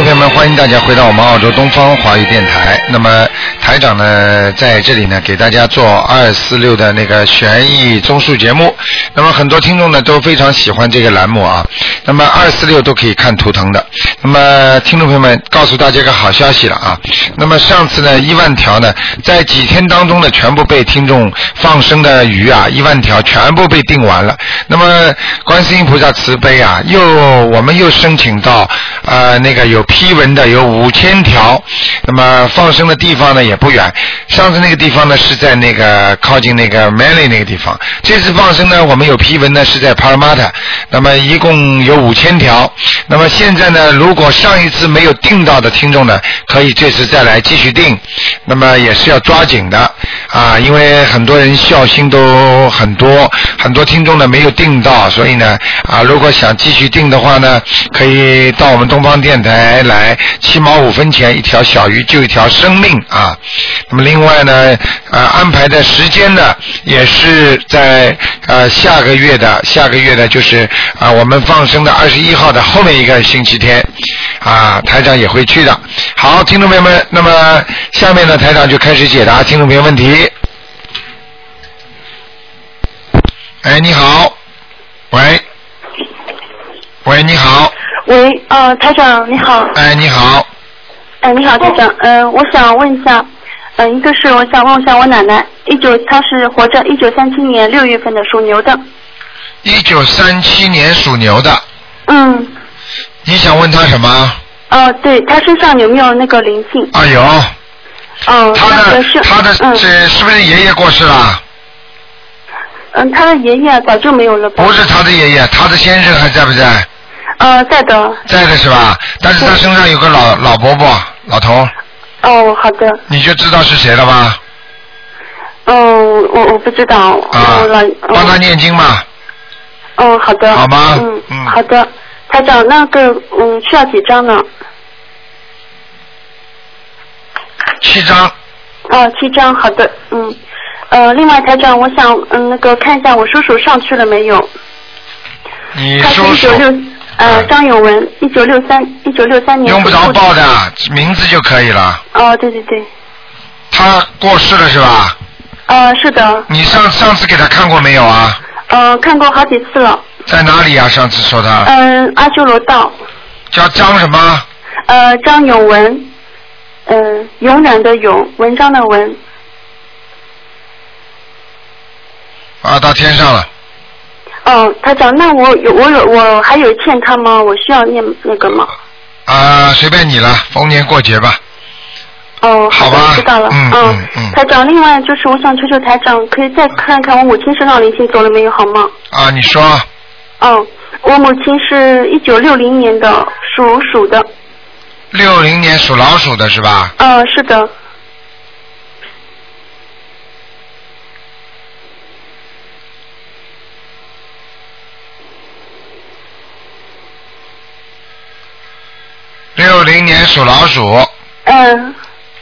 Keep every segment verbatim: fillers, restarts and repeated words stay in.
众朋友们，欢迎大家回到我们澳洲东方华语电台。那么台长呢在这里呢给大家做二四六的那个悬疑综述节目。那么很多听众呢都非常喜欢这个栏目啊。那么二四六都可以看图腾的。那么听众朋友们，告诉大家一个好消息了啊。那么上次呢一万条呢在几天当中呢全部被听众放生的鱼啊，一万条全部被订完了。那么观世音菩萨慈悲啊，又我们又申请到呃那个有批文的有五千条，那么放生的地方呢也不远。上次那个地方呢是在那个靠近那个 Manly 那个地方，这次放生呢我们有批文呢是在 Parramatta， 那么一共有五千条。那么现在呢，如果上一次没有订到的听众呢，可以这次再来继续订，那么也是要抓紧的啊，因为很多人孝心都很多，很多听众呢没有订到，所以呢啊，如果想继续订的话呢，可以到我们东方电台来，七毛五分钱一条小鱼救一条生命啊。那么另外呢，呃，安排的时间呢也是在呃下个月的下个月的就是啊我们放生的二十一号的后面一个星期天啊，台长也会去的。好，听众朋友们，那么下面呢台长就开始解答听众朋友问题。哎，你好，喂，喂，你好， 喂，呃，台长你好。 哎，你好。 哎，你好，台长，嗯、呃，我想问一下，嗯、呃，一个是我想问一下我奶奶，一九她是活着，一九三七年六月份的，属牛的。 一九三七年属牛的。 嗯。 你想问他什么？ 哦、呃，对，她身上有没有那个灵性？ 啊有。 哦， 他的他的嗯、 这是不是爷爷过世了？ 嗯，他的爷爷早就没有了吧？ 不是他的爷爷，他的先生还在不在？ 呃，在的。 在的是吧？但是他身上有个老老伯伯老头。 哦，好的。 你就知道是谁了吧？ 嗯，我我不知道。 啊。 老帮他念经嘛。 嗯，好的。 好吗？ 嗯嗯。 好的，台长，那个嗯需要几张呢？ 七张。 哦，七张，好的，嗯。呃，另外台长，我想嗯那个看一下我叔叔上去了没有？ 你他是叔叔。 一九六呃张永文，一九六三一九六三年。 用不着报的，名字就可以了。 哦，对对对。 他过世了是吧？ 呃，是的。 你上上次给他看过没有啊？ 呃，看过好几次了。 在哪里啊？上次说他。 嗯、呃，阿修罗道。 叫张什么？ 呃，张永文，嗯、呃，永远的永，文章的文。 啊，到天上了。 哦，台长，那我有我有我还有欠他吗？我需要念那个吗？ 啊，随便你了，逢年过节吧。 哦， 好吧， 知道了。 嗯嗯嗯。 台长，另外就是我想求求台长，可以再看看我母亲身上灵性走了没有，好吗？ 啊，你说。 哦，我母亲是一九六零年的，属鼠的。 六零年属老鼠的是吧？ 呃，是的。 六零年属老鼠。 嗯。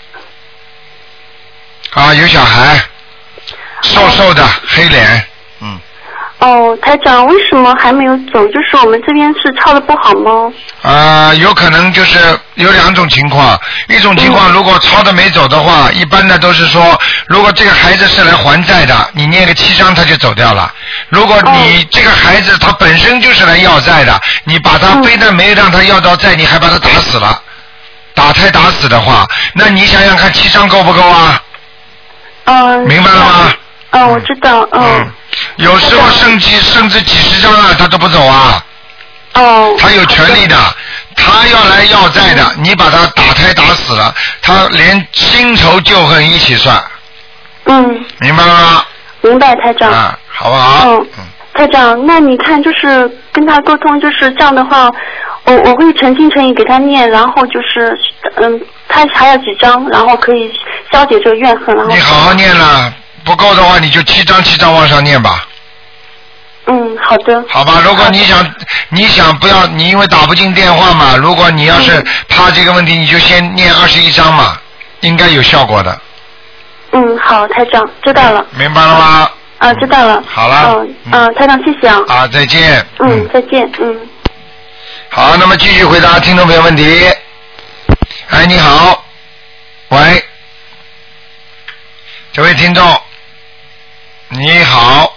啊，有小孩，瘦瘦的，黑脸，嗯。 哦，台长，为什么还没有走？就是我们这边是抄的不好吗？ 啊，有可能就是有两种情况，一种情况如果抄的没走的话，一般的都是说，如果这个孩子是来还债的，你念个七章他就走掉了。如果你这个孩子他本身就是来要债的，你把他非但没让他要到债，你还把他打死了，打胎打死的话，那你想想看七章够不够啊？ 嗯。 明白了吗？ 嗯，我知道，嗯。 嗯，有时候甚至甚至几十张啊，他都不走啊。 哦。 他有权利的，他要来要债的，你把他打胎打死了，他连新仇旧恨一起算。 嗯。 明白了吗？ 明白，台长。 啊，好不好？ 嗯。台长，那你看，就是跟他沟通，就是这样的话，我我会诚心诚意给他念，然后就是嗯，他还要几张，然后可以消解这个怨恨，然后。 你好好念了，不够的话你就七张七张往上念吧。 嗯，好的。 好吧，如果你想你想不要，你因为打不进电话嘛，如果你要是怕这个问题，你就先念二十一张嘛，应该有效果的。 嗯，好，台长，知道了。 明白了吗？ 啊，知道了。 好了。 嗯嗯，台长，谢谢啊。 啊，再见。 嗯，再见，嗯。 好，那么继续回答听众朋友问题。 哎，你好，喂，这位听众，你好，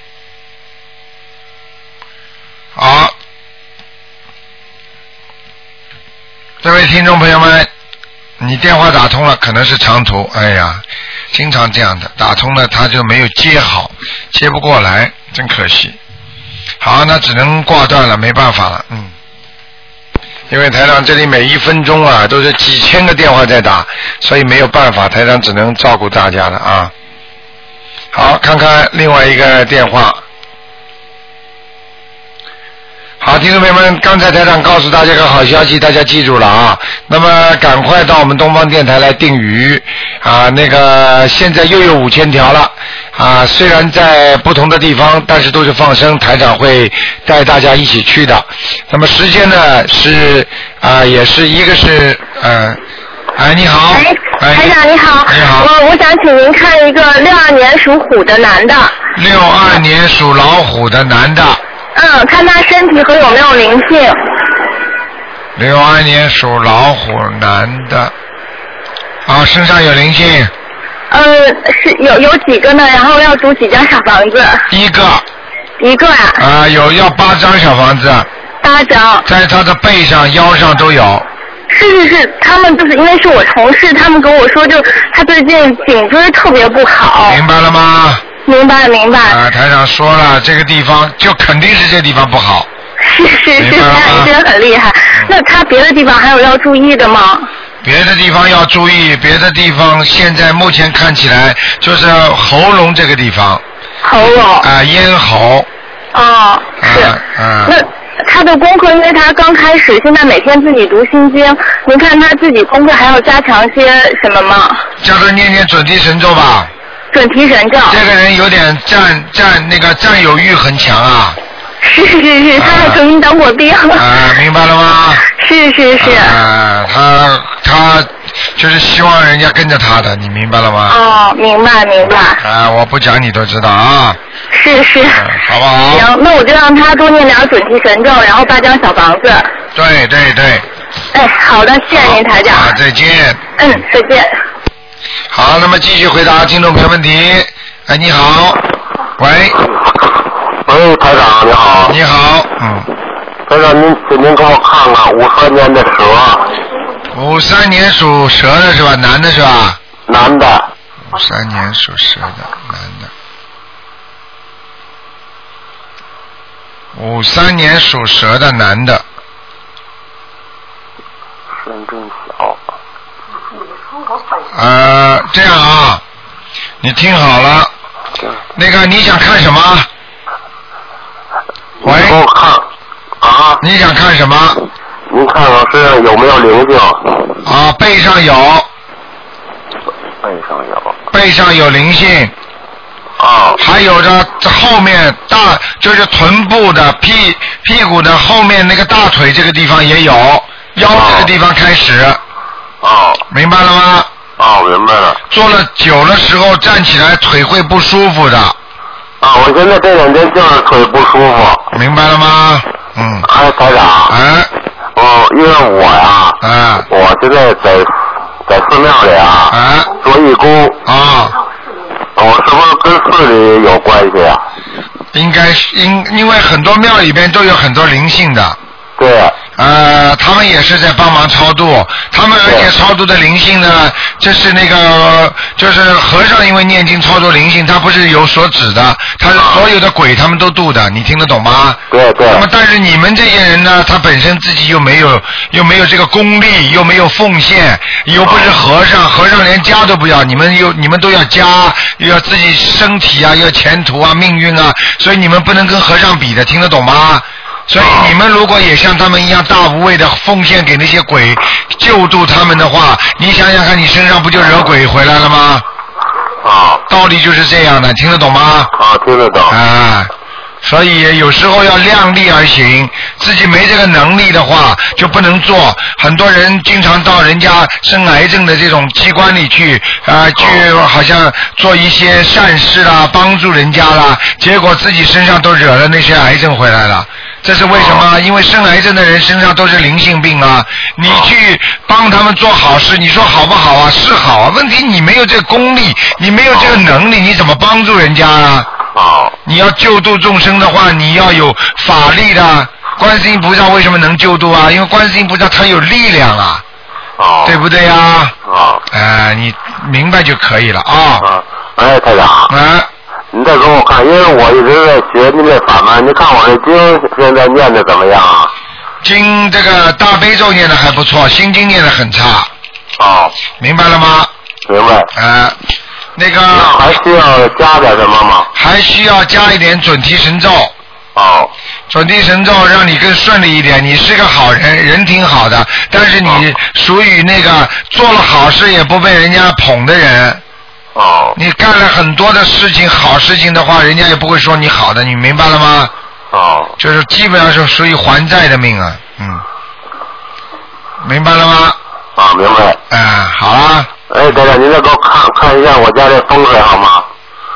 好，这位听众朋友们，你电话打通了，可能是长途，哎呀，经常这样的，打通了他就没有接好，接不过来，真可惜。好，那只能挂断了，没办法了，嗯。因为台长这里每一分钟啊都是几千个电话在打，所以没有办法，台长只能照顾大家了啊。好，看看另外一个电话。好，听众朋友们，刚才台长告诉大家个好消息，大家记住了啊。那么赶快到我们东方电台来订鱼啊，那个现在又有五千条了啊。虽然在不同的地方，但是都是放生，台长会带大家一起去的。那么时间呢是啊，也是一个是呃，哎你好， 哎，台长你好， 你好， 我我想请您看一个六二年属虎的男的。 六二年属老虎的男的。 嗯，看他身体和有没有灵性。 六二年属老虎男的，啊，身上有灵性。 呃，是有有几个呢？然后要租几间小房子？ 一个。 一个啊。 啊，有要八张小房子。 八张。 在他的背上、腰上都有。 是是是，他们就是因为是我同事，他们跟我说，就他最近颈椎特别不好。 明白了吗？ 明白明白。 啊，台长说了，这个地方就肯定是这地方不好。 是是是，他真的很厉害。那他别的地方还有要注意的吗？ 别的地方要注意，别的地方现在目前看起来就是喉咙这个地方。 喉咙。 啊，咽喉。 哦，是。 啊啊。 那他的功课，因为他刚开始，现在每天自己读心经，您看他自己功课还要加强些什么吗？ 叫他念念准提神咒吧。 准提神咒。 这个人有点占占那个占有欲很强啊。 是是是，他还曾经当过兵。 啊，明白了吗？ 是是是。 啊，他他就是希望人家跟着他的，你明白了吗？ 哦，明白明白。 啊，我不讲你都知道啊。 是是。 嗯，好不好？ 行，那我就让他多念点准提神咒，然后八张小房子。 对对对。 哎，好的，谢谢您台长。 啊，再见。 嗯，再见。 好，那么继续回答听众朋友问题。哎，你好，喂。 喂，台长你好。 你好，嗯。 台长，您请您给我看看五三年的蛇。 五三年属蛇的是吧？男的是吧？ 男的。 五三年属蛇的男的。五三年属蛇的男的。 声真小。 呃，这样啊，你听好了，那个你想看什么？喂。 你给我看啊。 你想看什么？ 您看我身上有没有灵性？ 啊，背上有。 背上有。 背上有灵性。 啊。 还有着后面大，就是臀部的屁屁股的后面那个大腿这个地方也有，腰这个地方开始。 啊。 明白了吗？ 啊，明白了。 坐了久的时候站起来腿会不舒服的。 啊，我现在这两天就是腿不舒服。 明白了吗？嗯。 哎，台长。 哎。 哦，因为我呀。 哎。 我现在在在寺庙里啊。 哎。 做义工。 啊。 我是不是跟寺里有关系啊？ 应该是因因为很多庙里边都有很多灵性的。 对。 呃，他们也是在帮忙超度，他们而且超度的灵性呢，这是那个就是和尚因为念经超度灵性，他不是有所指的，他是所有的鬼他们都度的，你听得懂吗？ 对对。 那么但是你们这些人呢，他本身自己又没有又没有这个功力，又没有奉献，又不是和尚，和尚连家都不要，你们又你们都要家，又要自己身体啊，要前途啊，命运啊，所以你们不能跟和尚比的，听得懂吗？所以你们如果也像他们一样大无畏的奉献给那些鬼救度他们的话，你想想看，你身上不就惹鬼回来了吗？ 啊。 道理就是这样的，听得懂吗？ 啊，听得懂。 啊， 所以有时候要量力而行，自己没这个能力的话就不能做。很多人经常到人家生癌症的这种机关里去啊、呃，去好像做一些善事啦，帮助人家啦，结果自己身上都惹了那些癌症回来了。这是为什么？因为生癌症的人身上都是灵性病啊，你去帮他们做好事，你说好不好啊？是好啊，问题你没有这个功力，你没有这个能力，你怎么帮助人家啊？你要救度众生的话，你要有法力的。观世音菩萨为什么能救度啊？因为观世音菩萨他有力量啊，对不对呀？啊，哎，你明白就可以了啊。 哎，台长。 啊。 你再给我看，因为我一直在学您这法门，你看我这经现在念的怎么样啊？ 经这个大悲咒念的还不错，心经念的很差。 哦。 明白了吗？ 明白。 呃，那个。 那还需要加点什么吗？ 还需要加一点准提神咒。 哦。 准提神咒让你更顺利一点，你是个好人，人挺好的，但是你属于那个做了好事也不被人家捧的人。 哦。 你干了很多的事情，好事情的话，人家也不会说你好的，你明白了吗？ 哦。 就是基本上是属于还债的命啊，嗯，明白了吗？ 啊，明白。 哎、呃，好了。 哎，大家您再给我看看一下我家这风水好吗？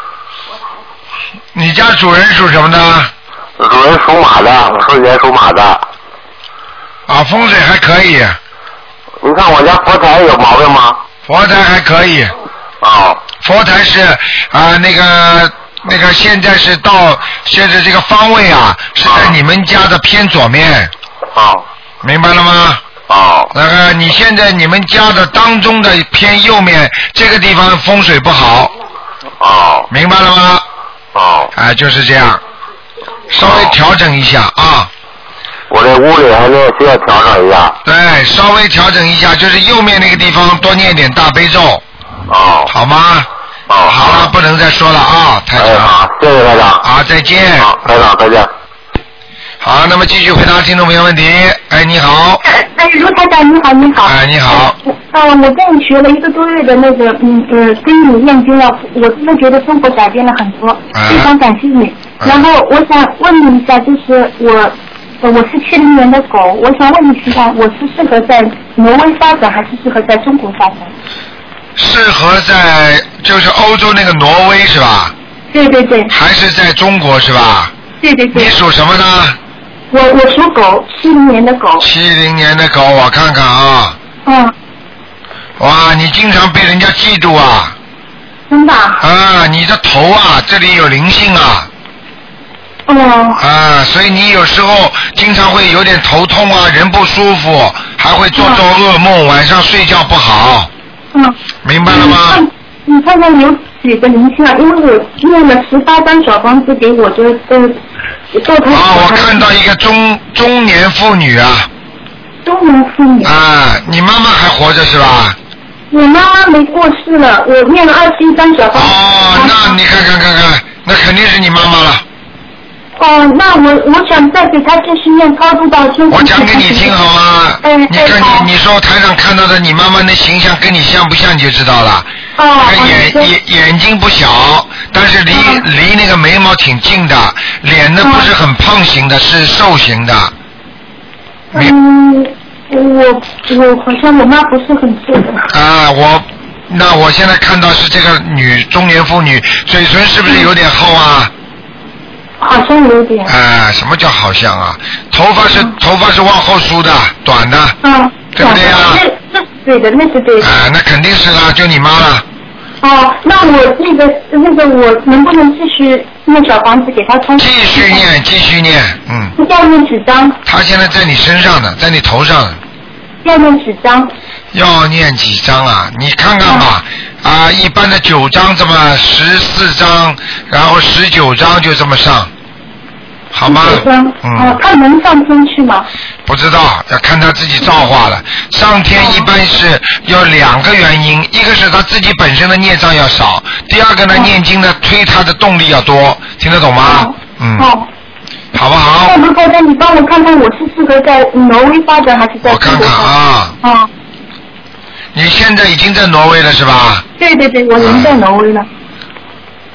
你家主人属什么的？ 主人属马的，我是年属马的。 啊，风水还可以。 您看我家佛台有毛病吗？ 佛台还可以。 哦。 佛台是啊、呃，那个那个现在是到现在这个方位啊，是在你们家的偏左面。 哦。 明白了吗？ 哦。 那个你现在你们家的当中的偏右面这个地方风水不好。 哦。 明白了吗？ 哦。 啊、呃，就是这样，稍微调整一下啊。 我这屋里还是需要调整一下。 对，稍微调整一下，就是右面那个地方多念点大悲咒。 哦。 好吗？ 哦。 好了，不能再说了啊，台长。 哎，好，谢谢台长。 好，再见。 好，台长，再见。 好，那么继续回答听众朋友问题。哎，你好。 哎，卢台长，你好，你好。 哎，你好。 啊，我跟你学了一个多月的那个，嗯呃，跟你念经了，我真的觉得生活改变了很多， 啊、 非常感谢你。啊、然后我想问你一下，就是我，我是七零年的狗，我想问你一下，我是适合在挪威发展，还是适合在中国发展？ 适合在就是欧洲那个挪威是吧？ 对对对。 还是在中国是吧？ 对对对。 你属什么呢？ 我我属狗，七零年的狗。 七零年的狗，我看看啊。 嗯。 哇，你经常被人家嫉妒啊。 真的。 啊，你的头啊，这里有灵性啊。 哦。 啊，所以你有时候经常会有点头痛啊，人不舒服，还会做做噩梦，晚上睡觉不好。 嗯。 明白了吗？ 你看看有几个灵性啊？因为我念了十八张小房子给我的呃。 啊，我看到一个中中年妇女啊。 中年妇女。 啊，你妈妈还活着是吧？ 我妈妈没过世了，我念了二十一张小房子。 哦，那你看看看看，那肯定是你妈妈了。 哦，那我我想再给她继续念超度到天。 我讲给你听好吗？ 哎， 你看你你说台上看到的你妈妈那形象跟你像不像你就知道了。 哦。 眼眼眼睛不小，但是离、哦、离那个眉毛挺近的，脸呢不是很胖型的，哦、是瘦型的。 嗯，我我好像我妈不是很瘦的。 啊，我那我现在看到是这个女中年妇女，嘴唇是不是有点厚啊？ 好像有点。 啊，什么叫好像啊？头发是、嗯、头发是往后梳的，短的。 嗯。 对不对呀？ 那那是对的，那是对的。 啊，那肯定是啦，就你妈了。 哦，那我那个那个我能不能继续念小房子给他充？ 继续念，继续念，嗯。 要念几张？ 他现在在你身上呢，在你头上呢。 要念几张？ 要念几张啊？你看看吧，啊，啊一般的九张这么十四张，然后十九张就这么上，好吗？ 十九张。嗯。哦，他能上天去吗？ 不知道，要看他自己造化了。上天一般是有两个原因，一个是他自己本身的孽障要少，第二个呢，念经的推他的动力要多，听得懂吗？嗯。好。好不好？ 那卢台长，你帮我看看，我是适合在挪威发展还是在中国发展？ 我看看啊。 啊。 你现在已经在挪威了是吧？ 对对对，我人在挪威了。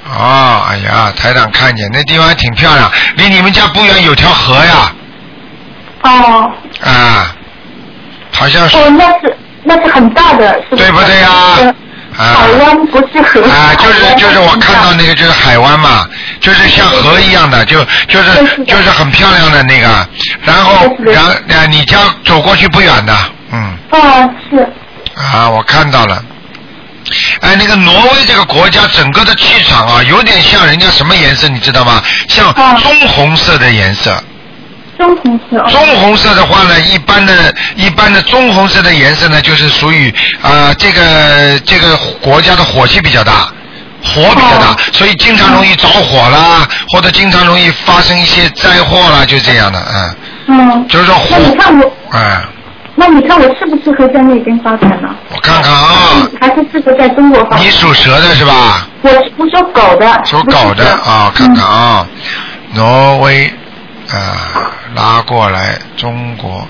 哦，哎呀，台长看见那地方还挺漂亮，离你们家不远有条河呀。 哦。 啊，好像是。 哦，那是那是很大的，是不是？ 对不对呀？啊， 海湾不是河。 啊，就是就是我看到那个就是海湾嘛，就是像河一样的，就就是就是很漂亮的那个，然后然后你家走过去不远的，嗯。 哦，是。 啊，我看到了。哎，那个挪威这个国家整个的气场啊，有点像人家什么颜色，你知道吗？像棕红色的颜色。 棕红色。 棕红色的话呢，一般的、一般的棕红色的颜色呢，就是属于啊、呃、这个这个国家的火气比较大，火比较大，哦、所以经常容易着火啦，或者经常容易发生一些灾祸啦，就这样的，嗯。嗯。就是说火。 那你看我。 嗯。 那你看我适不适合在那边发展呢？ 我看看啊。 还是适合在中国发展？ 你属蛇的是吧？ 我我属狗的。 属狗的啊，看看啊，嗯、挪威啊，拉过来中国。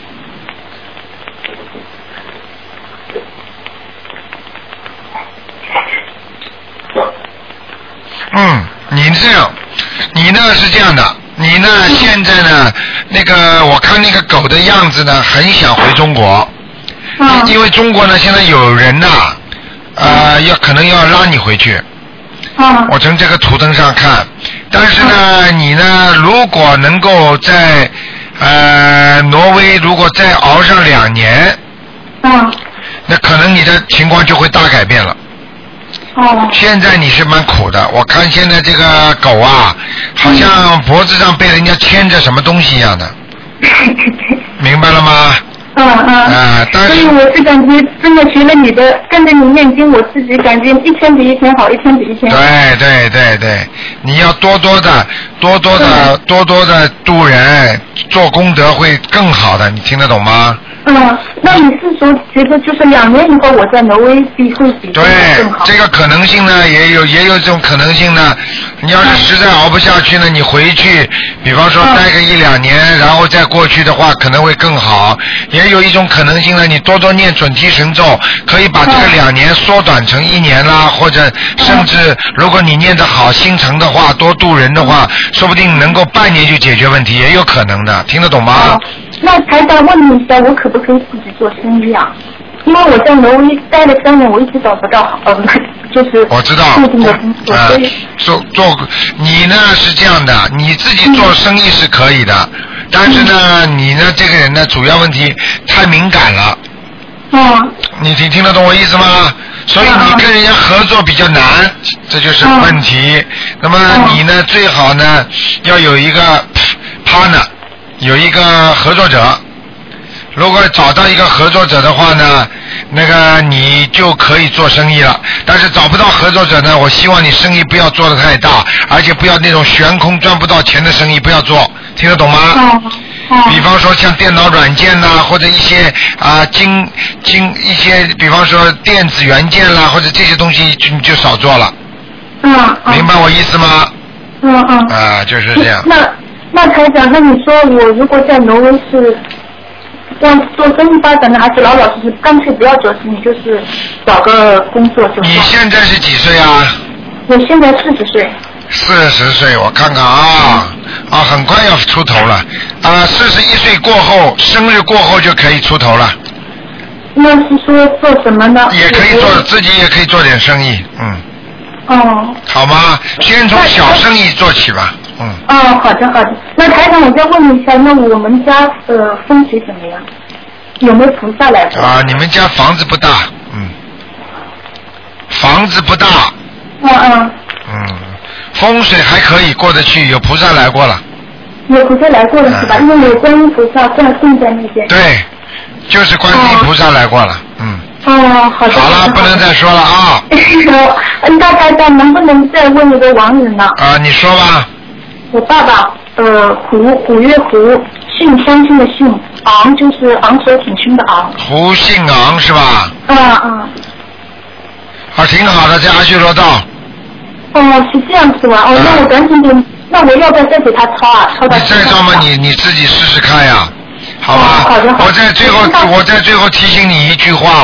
嗯，你这样，你呢是这样的。你呢？现在呢？那个，我看那个狗的样子呢，很想回中国。嗯。因为中国呢，现在有人呐、啊，呃，要可能要拉你回去。嗯。我从这个图腾上看，但是呢，嗯、你呢，如果能够在呃挪威，如果再熬上两年，嗯，那可能你的情况就会大改变了。哦，现在你是蛮苦的，我看现在这个狗啊，好像脖子上被人家牵着什么东西一样的，明白了吗？嗯嗯。啊，但是。所以我是感觉真的学了你的，跟着你念经，我自己感觉一天比一天好，一天比一天好。对对对对，你要多多的、多多的、多多的度人，做功德会更好的，你听得懂吗？嗯，那你是说觉得就是两年以后我在挪威比会比对更好？这个可能性呢也有也有这种可能性呢。你要是实在熬不下去呢，你回去，比方说待个一两年，然后再过去的话可能会更好。也有一种可能性呢，你多多念准提神咒，可以把这个两年缩短成一年啦，或者甚至如果你念得好心诚的话，多度人的话，说不定能够半年就解决问题，也有可能的，听得懂吗？那台长问你一下，我可不可以自己做生意啊？因为我在挪威待了三年，我一直找不到，呃，就是我知道固定的工作，所以做做你呢是这样的，你自己做生意是可以的，嗯、但是呢，你呢这个人呢，主要问题太敏感了。嗯。你听听得懂我意思吗？所以你跟人家合作比较难，这就是问题。嗯、那么你呢，最好呢要有一个 partner。有一个合作者，如果找到一个合作者的话呢，那个你就可以做生意了。但是找不到合作者呢，我希望你生意不要做得太大，而且不要那种悬空赚不到钱的生意不要做，听得懂吗？嗯嗯、比方说像电脑软件呐、啊，或者一些啊精精一些，比方说电子元件啦，或者这些东西就你就少做了。嗯。嗯明白我意思吗？嗯嗯。啊，就是这样。那那台长，那你说我如果在挪威是要做生意发展呢，还是老老实实干脆不要做生意，就是找个工作就好？你现在是几岁啊？我现在四十岁。四十岁，我看看啊、嗯、啊，很快要出头了啊！四十一岁过后，生日过后就可以出头了。那是说做什么呢？也可以做，自己也可以做点生意，嗯。哦。好吗？先从小生意做起吧。嗯。哦，好的好的。那台长，我再问一下，那我们家呃风水怎么样？有没有菩萨来过？啊，你们家房子不大，嗯。房子不大。嗯嗯。嗯，风水还可以过得去，有菩萨来过了。有菩萨来过了是吧？因为有观音菩萨在供在那边。对，就是观世音菩萨来过了，嗯。哦，好的。好了，不能再说了啊。嗯，大台长，能不能再问一个亡人呢？啊，你说吧。我爸爸，呃，胡虎月胡，姓相信的姓，昂就是昂首挺胸的昂。胡姓昂是吧？啊啊。啊，挺好的，在阿修罗道。哦，是这样子吗？哦，那我赶紧点，那我要不要再给他抄啊？抄到。你再抄吗？你你自己试试看呀。好吧，我在最后我在最后提醒你一句话，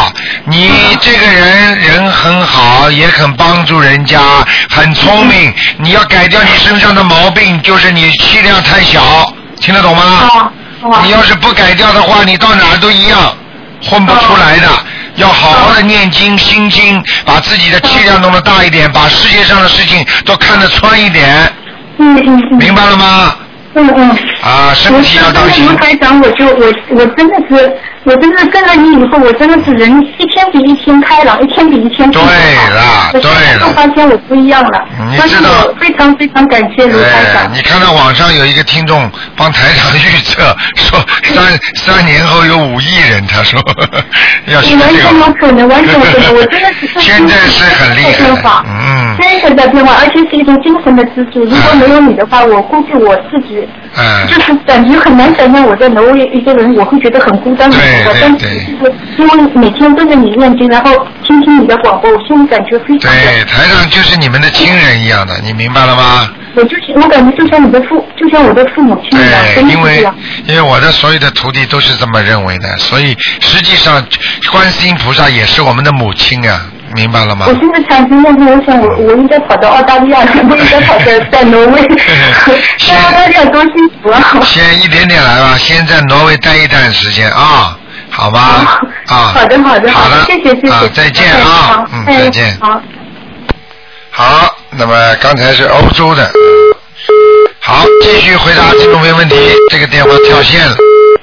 你这个人人很好，也肯帮助人家，很聪明。你要改掉你身上的毛病，就是你气量太小，听得懂吗？ 啊啊、 你要是不改掉的话，你到哪儿都一样，混不出来的。要好好的念经心经，把自己的气量弄得大一点，把世界上的事情都看得穿一点。 嗯嗯嗯。 明白了吗？ 嗯嗯。 啊，身体要当心。 卢台长，我就我我真的是，我真的跟了你以后，我真的是人一天比一天开朗，一天比一天对了，对了。 我发现我不一样了。 你知道。 我非常非常感谢卢台长。 哎，你看到网上有一个听众帮台长预测说三三年后有五亿人，他说要学这个。 完全有可能，完全有可能，我真的是。 现在是很厉害。嗯。 真实的变化，而且是一种精神的支柱。如果没有你的话，我估计我自己。 嗯。 就是感觉很难想象我在挪威一个人，我会觉得很孤单。 对对对。因为每天跟着你念经，然后听听你的广播，我心里感觉非常。 对，台上就是你们的亲人一样的，你明白了吗？ 我就是我感觉就像你的父，就像我的父母亲一样。 对，因为因为我的所有的徒弟都是这么认为的，所以实际上观世音菩萨也是我们的母亲啊。明白了吗？ 我现在产生问题，我想我我应该跑到澳大利亚，不应该跑在在挪威。在澳大利亚多幸福啊！ 先一点点来吧，先在挪威待一段时间啊，好吧？啊， 好的好的好的， 谢谢谢谢， 啊，再见啊，嗯，再见。 好。 好，那么刚才是欧洲的，好，继续回答听众朋友问题。这个电话跳线了。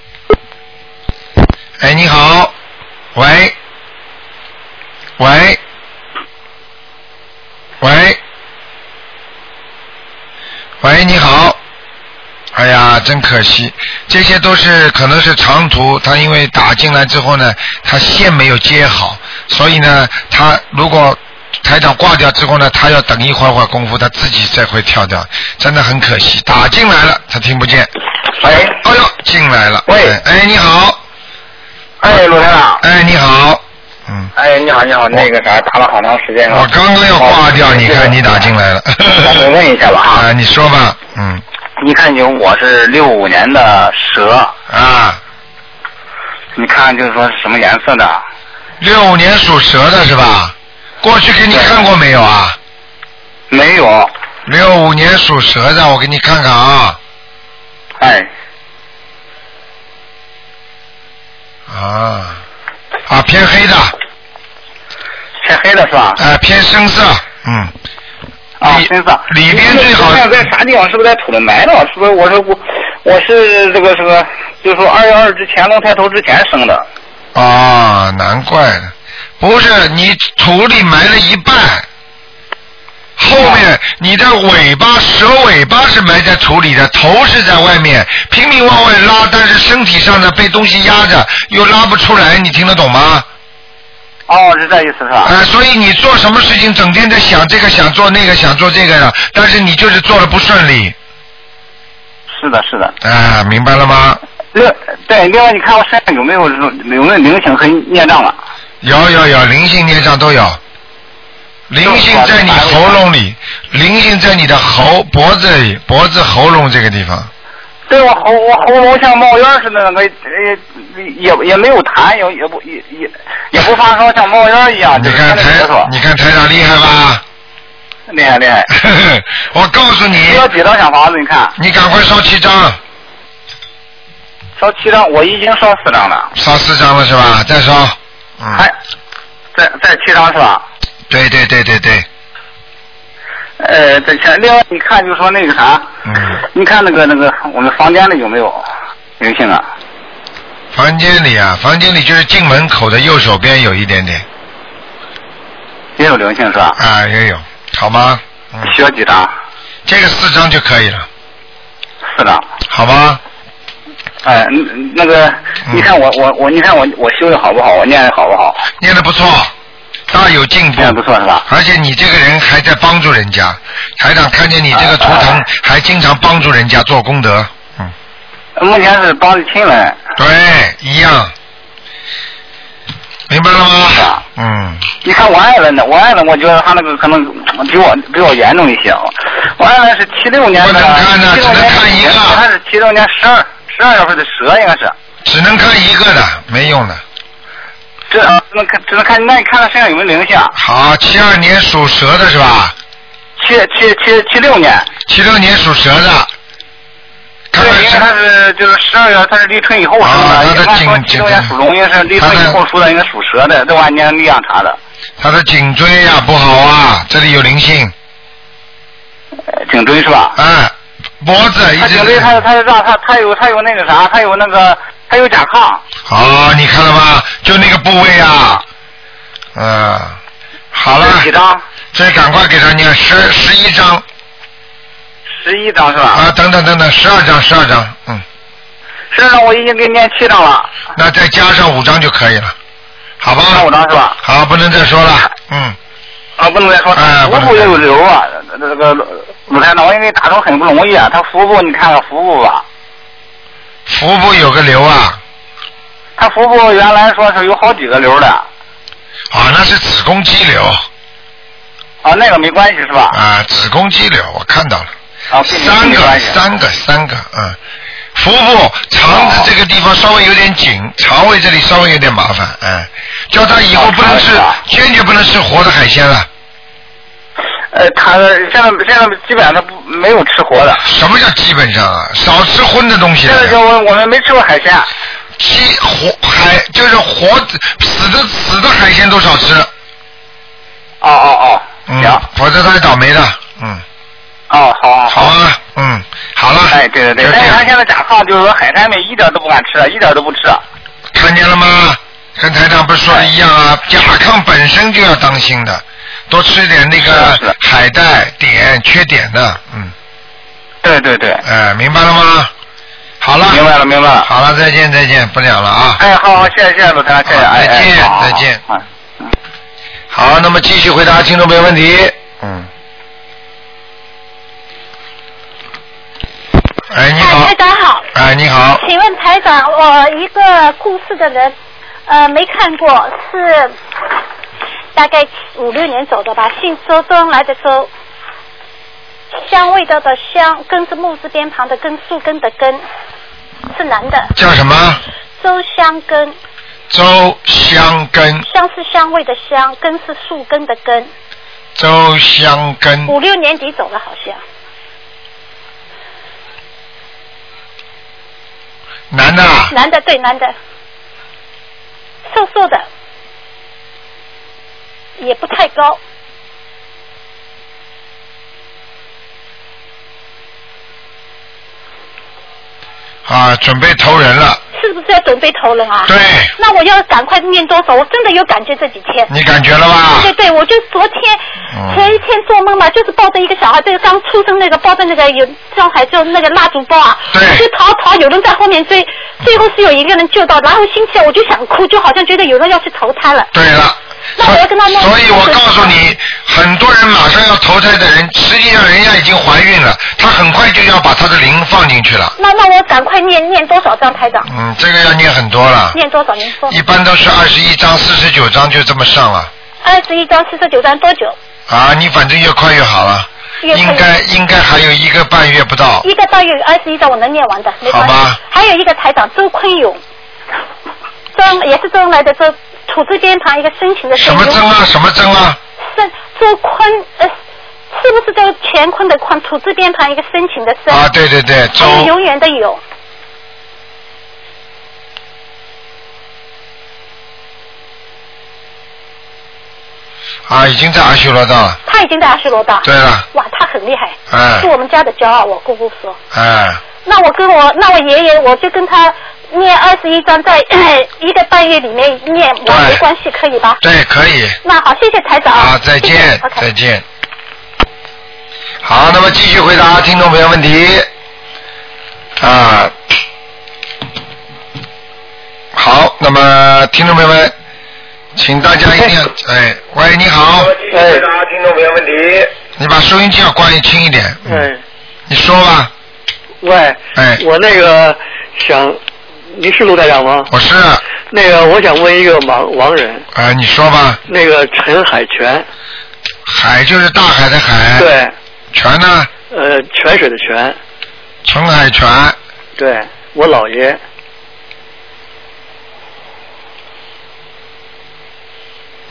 哎，你好，喂。喂，喂，喂，你好。哎呀，真可惜，这些都是可能是长途，他因为打进来之后呢，他线没有接好，所以呢，他如果台长挂掉之后呢，他要等一会儿会儿功夫，他自己再会跳掉，真的很可惜。打进来了，他听不见。 喂， 哎呦，进来了。 喂， 哎，你好。 哎，陆台长。 哎，你好。嗯， 哎，你好，你好，那个啥，打了好长时间了。 我刚刚要挂掉，你看你打进来了。 我问一下吧啊。 啊，你说吧，嗯。 你看，就我是六五年的蛇。 啊。 你看，就是说是什么颜色的？ 六五年属蛇的是吧？过去给你看过没有啊？ 没有。 六五年属蛇的，我给你看看啊。 哎。 啊。啊，偏黑的， 偏黑的是吧？ 呃，偏深色，嗯。 啊，深色。 里边最好。 在啥地方？是不是在土里埋了？是不是？我说我我是这个这个，就是说二月二之前龙抬头之前生的。 啊，难怪了，不是你土里埋了一半，后面你的尾巴蛇尾巴是埋在土里的，头是在外面，拼命往外拉，但是身体上呢被东西压着，又拉不出来，你听得懂吗？ 哦，是这意思是吧？ 呃，所以你做什么事情整天在想这个想做那个想做这个的，但是你就是做的不顺利。 是的，是的。 啊，明白了吗？ 另对，另外你看我身上有没有有没有灵性和孽障了？ 有有有，灵性孽障都有。灵性在你喉咙里，灵性在你的喉脖子里，脖子喉咙这个地方。 对，我喉我喉咙像冒烟似的，那个呃也也没有痰，也也不也也也不发烧，像冒烟一样。 你看台，你看台长厉害吧？ 厉害厉害。 我告诉你。 需要几张小房子？你看。 你赶快烧七张。 烧七张，我已经烧四张了。 烧四张了是吧？再烧。嗯。 还，再再七张是吧？ 对对对对对。 呃，这前另外你看，就说那个啥， 嗯， 你看那个那个我们房间里有没有灵性啊？ 房间里啊，房间里就是进门口的右手边有一点点。 也有灵性是吧？ 啊，也有，好吗？ 嗯。需要几张？ 这个四张就可以了。 四张。 好吗？ 哎，那个，你看我我我，你看我我修的好不好？我念的好不好？ 念的不错。大有进步， 不错是吧？ 而且你这个人还在帮助人家，台长看见你这个图腾，还经常帮助人家做功德，嗯。 目前是帮着亲人。 对，一样，明白了吗？嗯。 你看我爱人呢，我爱人，我觉得他那个可能比我比我严重一些。我爱人是七六年的， 不能看的，只能看一个。 他是七六年十二十二月份的蛇，应该是。 只能看一个的，没用的。 只只能看只能看，那你看他身上有没有灵性？ 好，七二年属蛇的是吧？ 七七七七六年。 七六年属蛇的。 对，因为他是就是十二月，他是立春以后生的。 啊，他的颈七六年属龙，应该是立春以后属的，应该属蛇的，这我按年历上查的。 他的颈椎呀、啊、不好啊，这里有灵性。 呃，颈椎是吧？ 哎，脖子一直。 他颈椎，他他是让他他有他有那个啥，他有那个他有甲亢。 哦，你看了吗？就那个部位啊。嗯，好了。 几张？ 这赶快给他念十十一张。 十一张是吧？ 啊，等等等等，十二张，十二张，嗯。 十二张我已经给念七张了。 那再加上五张就可以了，好吧？ 加五张是吧？ 好，不能再说了，嗯。 啊，不能再说。 哎， 腹部也有瘤啊，这个鲁台长，我因为打通很不容易啊。他腹部你看看腹部吧。 腹部有个瘤啊。 他腹部原来说是有好几个瘤的。 啊，那是子宫肌瘤。 啊，那个没关系是吧？ 啊，子宫肌瘤我看到了。 啊， 三个，三个，三个，嗯。腹部、肠子这个地方稍微有点紧，肠胃这里稍微有点麻烦，嗯。叫他以后不能吃，坚决不能吃活的海鲜了。 呃，他现在现在基本上他不没有吃活的。 什么叫基本上啊？少吃荤的东西。 现在就我我们没吃过海鲜。 鸡活海就是活死的死的海鲜都少吃。 哦哦哦。 嗯。否则太倒霉了，嗯。 哦，好好好啊，嗯，好了。 哎，对对对，但是他现在甲亢，就是说海产品一点都不敢吃，一点都不吃。 看见了吗？跟台长不是说的一样啊，甲亢本身就要当心的，多吃点那个海带、碘、缺碘的，嗯。 对对对。 哎，明白了吗？好了。 明白了，明白了。 好了，再见，再见，不聊了啊。 哎，好好，谢谢谢谢鲁台，谢谢， 再见，再见。好，那么继续回答听众朋友问题。嗯。哎，你好。 台长好。 哎，你好。 请问台长，我一个故事的人，呃，没看过，是大概五六年走的吧，姓周，周恩来的周，香味道的香，根是木字边旁的根，树根的根，是男的。 叫什么？ 周香根。 周香根。 香是香味的香，根是树根的根。 周香根。 五六年底走了，好像。 男的、啊。 男的，对，男的，瘦瘦的，也不太高。 啊，准备投人了。 是不是要准备投人啊？ 对。 那我要赶快念多少？我真的有感觉这几天。 你感觉了吧？ 对对对，我就昨天、嗯、前一天做梦嘛，就是抱着一个小孩，这个刚出生那个，抱着那个有上海就那个蜡烛包啊， 对。 我就逃逃，有人在后面追，最后是有一个人救到，然后心气我就想哭，就好像觉得有人要去投胎了。 对了。 那我要跟他弄。 所以我告诉你，很多人马上要投胎的人，实际上人家已经怀孕了，他很快就要把他的灵放进去了。 那那我赶快念念多少张台长？ 嗯，这个要念很多了。 念多少？您说。 一般都是二十一张、四十九张就这么上了。 二十一张、四十九张多久？ 啊，你反正越快越好了。应该应该还有一个半月不到。 一个半月二十一张我能念完的，没关系。 好吧。 还有一个台长周坤勇，周也是周恩来的周。土字边旁一个深情的深。 什么曾啊？什么曾啊？ 深周坤呃，是不是这个乾坤的坤？土字边旁一个深情的深。 啊，对对对，周。 还有永远的永。 啊，已经在阿修罗道了。 他已经在阿修罗道。 对了。 哇，他很厉害。 哎。 是我们家的骄傲，我姑姑说。 哎。 那我跟我那我爷爷，我就跟他。念二十一章，在一个半月里面念，我没关系，可以吧？ 对，可以。 那好，谢谢台长。 好，再见， 谢谢再见。好，那么继续回答听众朋友问题。啊，好，那么听众朋友们，请大家一定要，哎，喂，你好。 继续回答听众朋友问题。 你把收音机要关轻一点。 嗯。 你说吧。 喂。 哎。 我那个想。你是陆台长吗？ 我是。 那个，我想问一个亡亡人。 啊，你说吧。 那个陈海泉。 海就是大海的海。 对。 泉呢？ 呃，泉水的泉。 陈海泉。 对，我姥爷。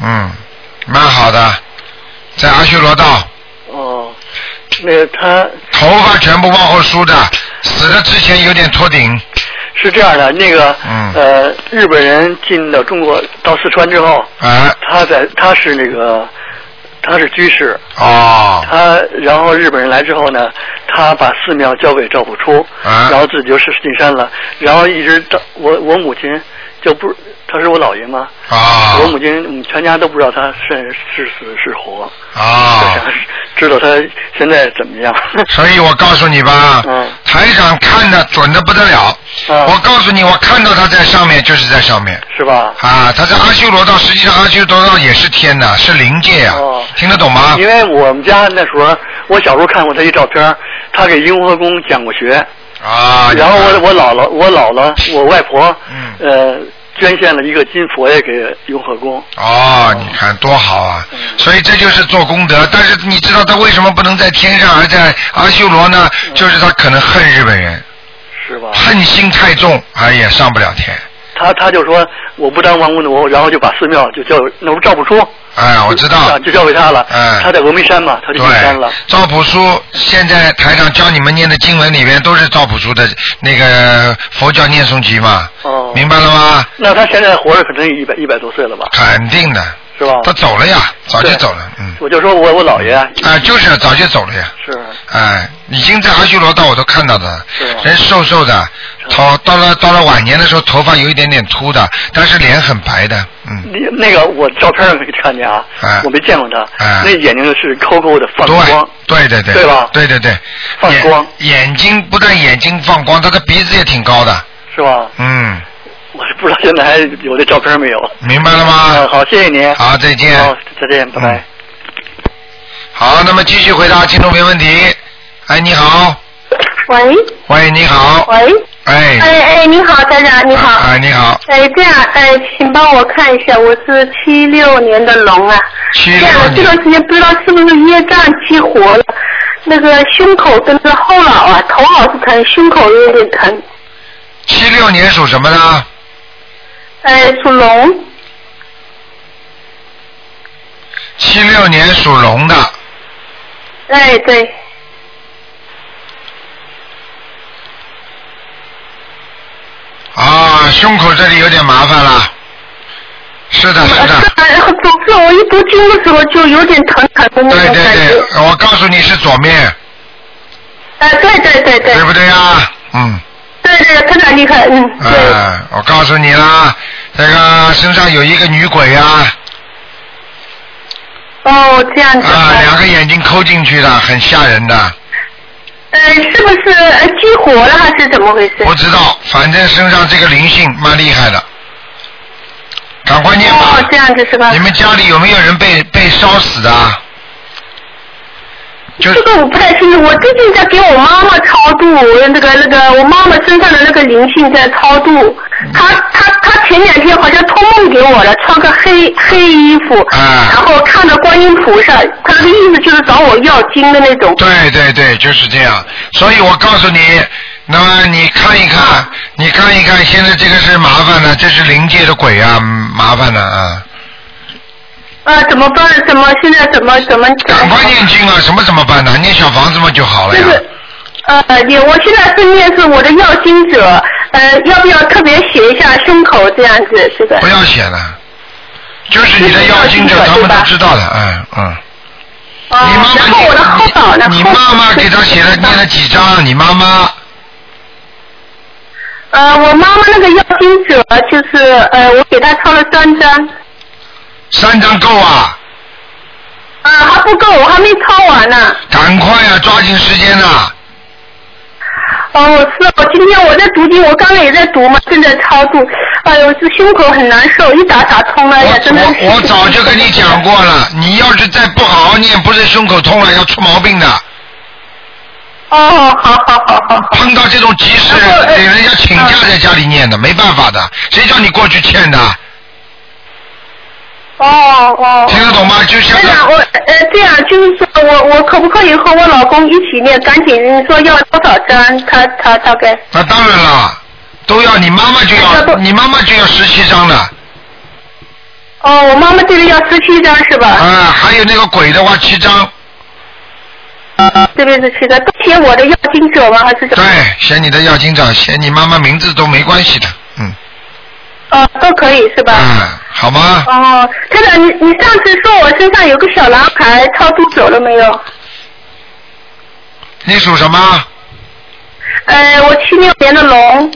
嗯，蛮好的，在阿修罗道。 哦，那个他头发全部往后梳的，死的之前有点秃顶。 是这样的，那个、 嗯、 呃，日本人进到中国到四川之后， 啊， 他在他是那个他是居士。 哦。 他然后日本人来之后呢，他把寺庙交给赵朴初， 啊， 然后自己就进山了，然后一直到我我母亲就不，他是我姥爷嘛， 啊， 我母亲全家都不知道他是是死是活， 啊， 知道他现在怎么样。 所以我告诉你吧，嗯，台长看的准的不得了。嗯、我告诉你，我看到他在上面就是在上面， 是吧？ 啊，他在阿修罗道，实际上阿修罗道也是天呐，是灵界啊，哦、听得懂吗？ 因为我们家那时候，我小时候看过他一照片，他给雍和宫讲过学。 啊。 然后我我姥姥，我姥姥，我外婆，嗯，呃，捐献了一个金佛爷给雍和宫。 哦，你看多好啊！嗯、所以这就是做功德。但是你知道他为什么不能在天上，而在阿修罗呢？嗯、就是他可能恨日本人。 是吧？ 恨心太重，哎呀，上不了天。 他他就说我不当王公奴，然后就把寺庙就交，那不赵朴初。 哎，我知道， 就交给他了。 哎， 他在峨眉山嘛，他就进山了。 赵朴初现在台上教你们念的经文里面都是赵朴初的那个佛教念诵集嘛。哦。明白了吗？ 那他现在活着可能一百一百多岁了吧？ 肯定的。 是吧？ 他走了呀，早就走了。嗯。 我就说我我姥爷。 啊、呃，就是早就走了呀。 是。 哎，已经在阿修罗道我都看到的。 是。 人瘦瘦的，头到了到了晚年的时候，头发有一点点秃的，但是脸很白的。嗯。 你那个我照片上可以看见啊。哎。我没见过他。 哎。 那眼睛是抠抠的放光。 对对对。 对吧？ 对对对。 放光。 眼睛不但眼睛放光，他的鼻子也挺高的。 是吧？ 嗯。 我是不知道现在还有这照片没有。 明白了吗？ 嗯，好，谢谢您。 好，再见。 好，再见，拜拜。嗯、 好，那么继续回答听众没问题。哎，你好。 喂。 喂，你好。 喂。 哎。 哎哎，你好，台长，你好。 哎，你好。 哎，这样，哎，请帮我看一下，我是七六年的龙啊。 七六年。 这样，这段时间不知道是不是业障激活了，那个胸口跟着后脑啊，头老是疼，胸口有点疼。 七六年属什么呢？ 哎，属龙。 七六年属龙的。 哎，对。 啊，胸口这里有点麻烦了。是的，是的。 然后总是我一读经的时候就有点疼疼的那种感觉。 对对对，我告诉你是左面。 哎，对对对对。 对不对呀？嗯。 对对，非常厉害，嗯。 对。呃，我告诉你啦，这个身上有一个女鬼啊。 哦，这样子。 啊，两个眼睛抠进去的，很吓人的。 呃，是不是激活了还是怎么回事？ 不知道，反正身上这个灵性蛮厉害的。赶快念吧。 哦，这样子是吧？ 你们家里有没有人被被烧死的？ 这个我不太清楚，我最近在给我妈妈超度，那个那个我妈妈身上的那个灵性在超度，她她她前两天好像托梦给我了，穿个黑黑衣服， 啊、 然后看着观音菩萨，她的意思就是找我要经的那种。 对对对，就是这样。所以我告诉你，那么你看一看，啊、你看一看，现在这个是麻烦的，这是灵界的鬼啊，麻烦的啊。 呃，怎么办？怎么现在怎么怎么？ 赶快念经啊！什么怎么办呢？念小房子嘛就好了呀。 就是呃，你我现在是念是我的要经者，呃，要不要特别写一下胸口这样子？这个。 不要写了，就是你的要经者，他们都知道的，嗯嗯。 哦。 你妈妈， 然后我的后脑呢？ 你妈妈给他写了念了几张？你妈妈？ 呃，我妈妈那个要经者就是呃，我给她抄了三张。 三张够啊？ 啊，还不够，我还没抄完呢。 赶快啊，抓紧时间啊！ 哦，是我今天我在读经，我刚刚也在读嘛，正在超度。哎呦，这胸口很难受，一打打通了呀，真的。 我我早就跟你讲过了，你要是再不好好念，不是胸口痛了，要出毛病的。 哦，好好好好。 碰到这种急事，给人家请假在家里念的，没办法的，谁叫你过去欠的？ 哦哦， 听得懂吗？就像这样，我呃这样就是说我我可不可以和我老公一起念？赶紧你说要多少张？他他大概？ 那当然了，都要你妈妈就要，你妈妈就要十七张的。 哦，我妈妈这边要十七张是吧？ 啊，还有那个鬼的话七张。 这边是七张，都写我的要经者吗？还是什么？ 对，写你的要经者，写你妈妈名字都没关系的，嗯。 哦，都可以是吧？ 嗯，好吗？ 哦，台长，你你上次说我身上有个小男孩超度走了没有？ 你属什么？ 呃，我七六年的龙。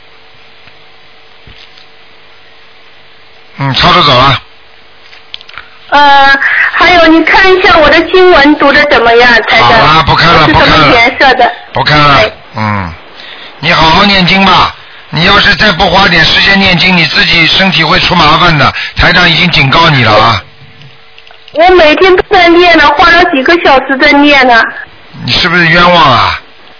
嗯，超度走了。 呃，还有你看一下我的经文读的怎么样，台长？ 好了，不看了，不看了。 是什么颜色的？ 不看了，嗯，你好好念经吧。你要是再不花点时间念经，你自己身体会出麻烦的。台长已经警告你了啊。 我每天都在念呢，花了几个小时在念呢。 你是不是冤枉啊？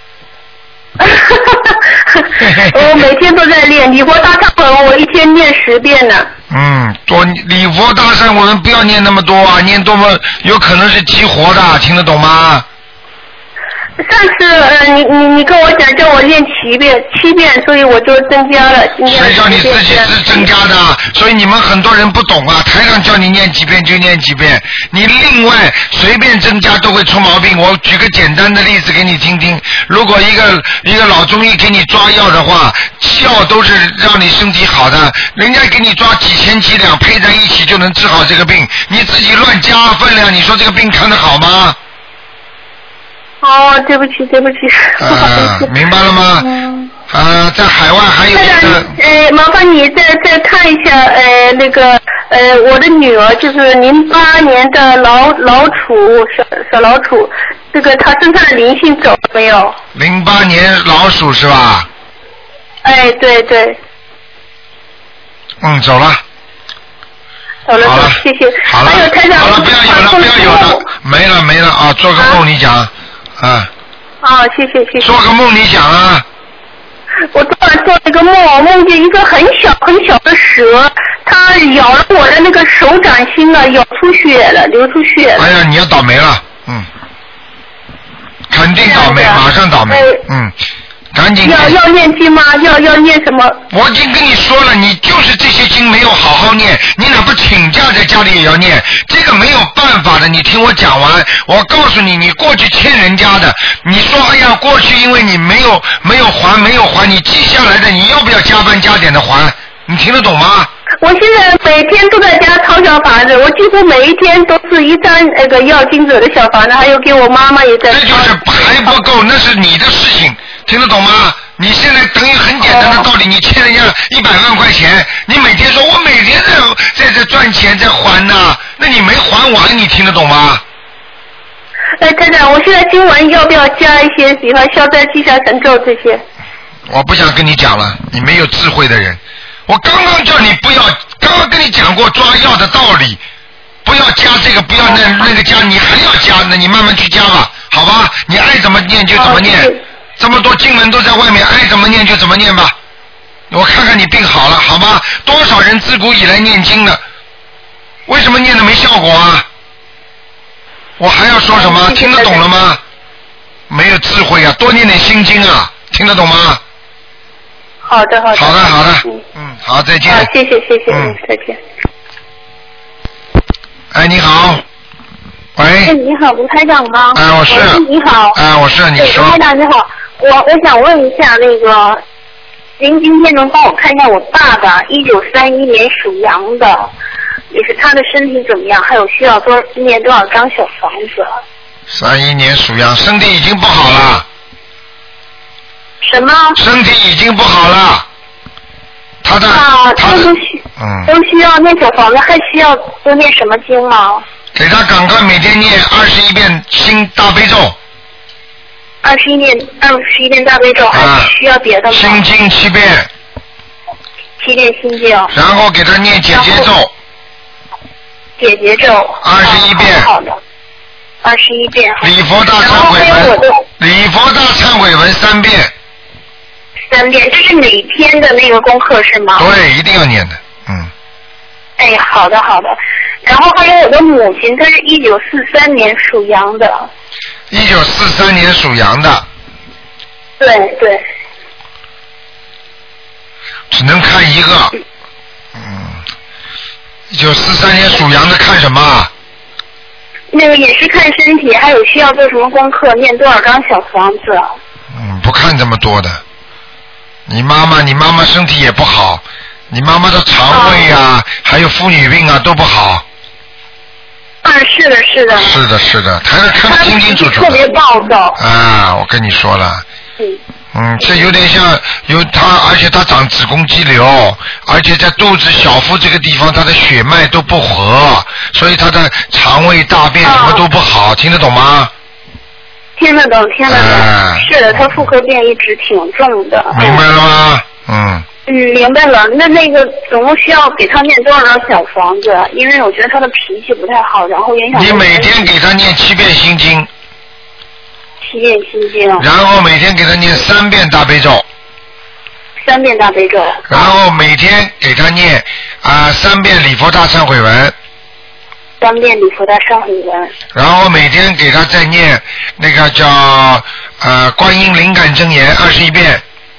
我每天都在练礼佛大忏悔，我一天念十遍呢。 嗯，多礼佛大忏我们不要念那么多啊，念多么有可能是激活的，听得懂吗？ 上次呃，你你你跟我讲叫我练七遍，七遍，所以我就增加了。 谁叫你自己是增加的？所以你们很多人不懂啊，台上叫你念几遍就念几遍，你另外随便增加都会出毛病。我举个简单的例子给你听听，如果一个一个老中医给你抓药的话，药都是让你身体好的，人家给你抓几千几两配在一起就能治好这个病，你自己乱加分量，你说这个病看得好吗？ 哦，对不起，对不起。 啊，明白了吗？ 嗯。 啊，在海外还有一个。 呃，麻烦你再再看一下，呃，那个呃，我的女儿就是零八年的老老鼠小小老鼠，这个她身上的灵性走了没有？ 零八年老鼠是吧？ 哎，对对。 嗯，走了。 走了， 好了， 谢谢。 好了， 还有台长， 好了，不要有了，不要有了，没了没了啊！做个梦你讲啊。 啊，谢谢谢谢。 做个梦你讲啊。 我昨晚做了一个梦，梦见一个很小很小的蛇，它咬了我的那个手掌心了，咬出血了，流出血了。 哎呀，你要倒霉了，嗯，肯定倒霉，马上倒霉，嗯。赶紧要要念经吗？要要念什么？ 我已经跟你说了，你就是这些经没有好好念，你哪怕请假在家里也要念，这个没有办法的。你听我讲完，我告诉你，你过去欠人家的，你说哎呀，过去因为你没有没有还没有还，你记下来的，你要不要加班加点的还？你听得懂吗？ 我现在每天都在家抄小房子，我几乎每一天都是一张那个要经者的小房子，还有给我妈妈也在抄。 这就是还不够，那是你的事情。听得懂吗？你现在等于很简单的道理，你欠人家一百万块钱，你每天说我每天在在在赚钱在还呢，那你没还完，你听得懂吗？ 哎，台长，我现在经文要不要加一些，比方消灾吉祥神咒这些？ 我不想跟你讲了，你没有智慧的人。我刚刚叫你不要，刚刚跟你讲过抓药的道理，不要加这个，不要那那个加，你还要加，那你慢慢去加吧，好吧？你爱怎么念就怎么念。这么多经文都在外面，爱怎么念就怎么念吧。我看看你病好了，好吗？多少人自古以来念经的，为什么念的没效果啊？我还要说什么？听得懂了吗？没有智慧啊，多念点心经啊，听得懂吗？ 好的，好的。 好的，好的。嗯，嗯好，再见。 好，谢谢，谢谢，嗯，再见。 哎，你好。喂。 哎，你好，卢台长吗？ 哎，我是。 你好。 哎，我是，你说。 卢台长你好，我我想问一下那个，您今天能帮我看一下我爸爸，一九三一年属羊的，也是他的身体怎么样？还有需要多念多少张小房子？ 三一年属羊，身体已经不好了。 什么？ 身体已经不好了。他的。 啊， 他都需嗯。 都需要念小房子，还需要多念什么经吗？ 给他赶快每天念二十一遍心大悲咒。 二十一遍，二十一遍大悲咒，还需要别的吗？ 心经七遍。 七遍心经。 然后给他念解结咒。 解结咒。 二十一遍。 好的。二十一遍。 礼佛大忏悔文。礼佛大忏悔文三遍。 三遍，这是每天的那个功课是吗？ 对，一定要念的，嗯。 哎，好的好的。然后还有我的母亲，她是一九四三年属羊的。 一九四三年属羊的。 对对。 只能看一个。嗯。 一九四三年属羊的看什么？ 那个也是看身体，还有需要做什么功课，念多少张小房子？ 嗯，不看这么多的。你妈妈，你妈妈身体也不好，你妈妈的肠胃啊，哦、还有妇女病啊都不好。 啊，是的，是的。 是的，是的，台上看得清清楚楚的。 特别暴躁。 啊，我跟你说了。嗯。嗯，这有点像有他，而且他长子宫肌瘤，而且在肚子小腹这个地方，他的血脉都不和，所以他的肠胃大便什么都不好，哦、听得懂吗？ 听得懂，听得懂。哎、是的，他妇科病一直挺重的。 明白了吗？嗯。 嗯，明白了。那那个总共需要给他念多少张小房子？因为我觉得他的脾气不太好，然后影响。 你每天给他念七遍心经。 七遍心经。 然后每天给他念三遍大悲咒。 三遍大悲咒。 然后每天给他念啊、呃、三遍礼佛大忏悔文。 三遍礼佛大忏悔文。 然后每天给他再念那个叫呃观音灵感真言二十一遍。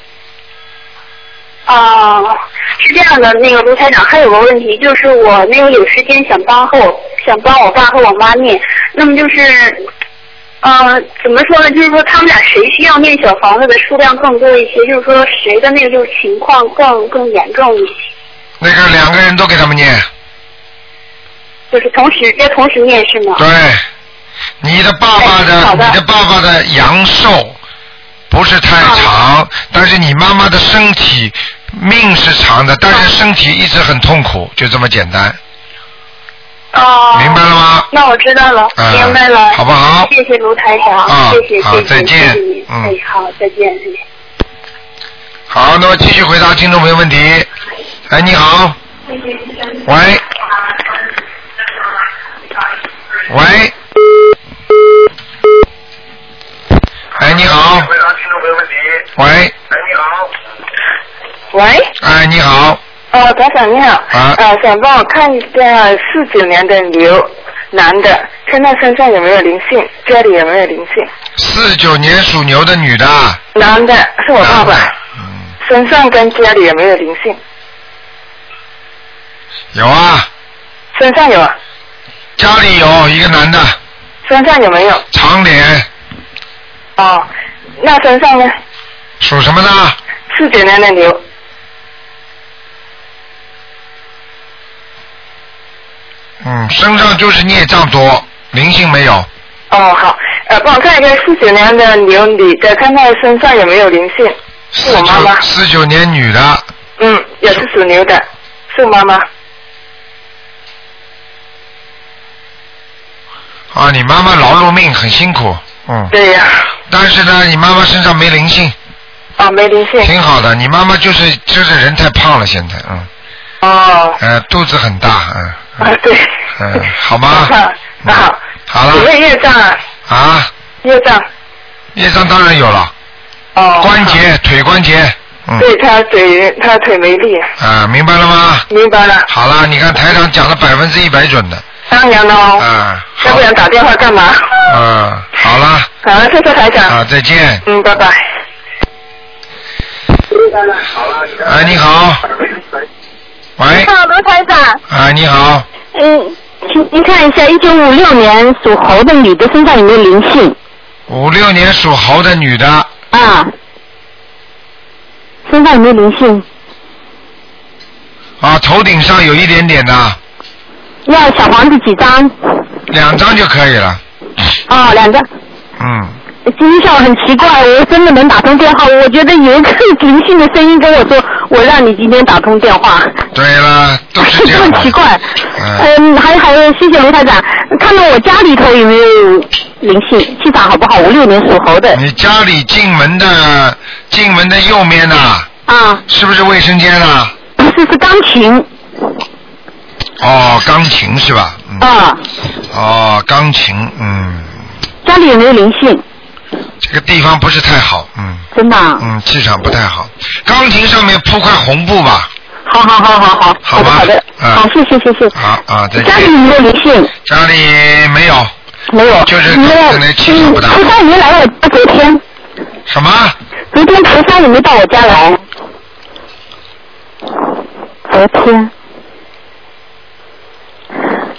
啊、呃，是这样的，那个卢台长，还有个问题，就是我那个有时间想帮后想帮我爸和我妈念，那么就是。呃，怎么说呢？就是说他们俩谁需要念小房子的数量更多一些？就是说谁的那个就是情况更更严重一些？ 那个两个人都给他们念。 就是同时要同时念是吗？ 对，你的爸爸的, 的你的爸爸的阳寿不是太长，啊、但是你妈妈的身体命是长的，但是身体一直很痛苦，就这么简单。 哦， 明白了吗？ 那我知道了，啊、明白了， 好不好？ 谢谢卢台长， 啊、 谢谢， 好， 谢谢， 再见。 谢谢你， 嗯， 哎，好，再见。 好，那么继续回答听众朋友问题。哎，你好。喂。喂。哎，你好。回答听众朋友问题。喂。哎，你好。 喂。 哎，你好。 哦，台长你好， 啊， 呃，想帮我看一下四九年的牛男的，看他身上有没有灵性，家里有没有灵性。 四九年属牛的女的。 男的，是我爸爸。 嗯。 身上跟家里有没有灵性？ 有啊。 身上有啊。 家里有一个男的。 身上有没有？ 长脸。 哦，那身上呢？ 属什么呢？ 四九年的牛。 嗯，身上就是孽障多，灵性没有。 哦，好，呃，帮我看一个四九年的牛女的，看看身上有没有灵性。是我妈妈。 四九年女的。 嗯，也是属牛的，是我妈妈。 啊，你妈妈劳碌命，很辛苦，嗯。 对呀。 但是呢，你妈妈身上没灵性。 啊，没灵性。 挺好的，你妈妈就是就是人太胖了，现在，嗯。 哦。 呃，肚子很大，嗯。 啊，对。 嗯，好吗？ 好，那好。 好了。 有没有业障啊？ 啊。 业障。 业障当然有了。 哦。 关节，腿关节。嗯。 对，他腿，他腿没力。 啊，明白了吗？ 明白了。 好了，你看台长讲的百分之一百准的。 当然喽。 啊。 要不然打电话干嘛？ 嗯，好了。 好了，谢谢台长。 好，再见。 嗯，拜拜。 哎，你好。喂。 你好，卢台长。 啊，你好。 嗯，请您看一下，一九五六年属猴的女的身上有没有灵性？ 五六年属猴的女的。 啊。身上有没有灵性？ 啊，头顶上有一点点的。 要小房子几张？ 两张就可以了。 哦，两张。 嗯。 今天下午很奇怪，我真的能打通电话，我觉得有一个灵性的声音跟我说，我让你今天打通电话。 对了，都是这样。 很奇怪。嗯，还还有，谢谢卢台长，看到我家里头有没有灵性，气场好不好？五六年属猴的。 你家里进门的进门的右面呐、啊？ 啊。 是不是卫生间啊？ 不是，是钢琴。 哦，钢琴是吧？ 嗯、啊。 哦，钢琴，嗯。 家里有没有灵性？ 这个地方不是太好，嗯。 真的、啊？ 嗯，气场不太好。钢琴上面铺块红布吧。 好好好好好。 好吧。 好的。 嗯、 好，谢谢谢谢。 好啊，再见。 家里有没有灵性？ 家里没有。 没有。 就是可能气场不大。 菩萨没来我家昨天。 什么？ 昨天菩萨也没到我家来。昨天。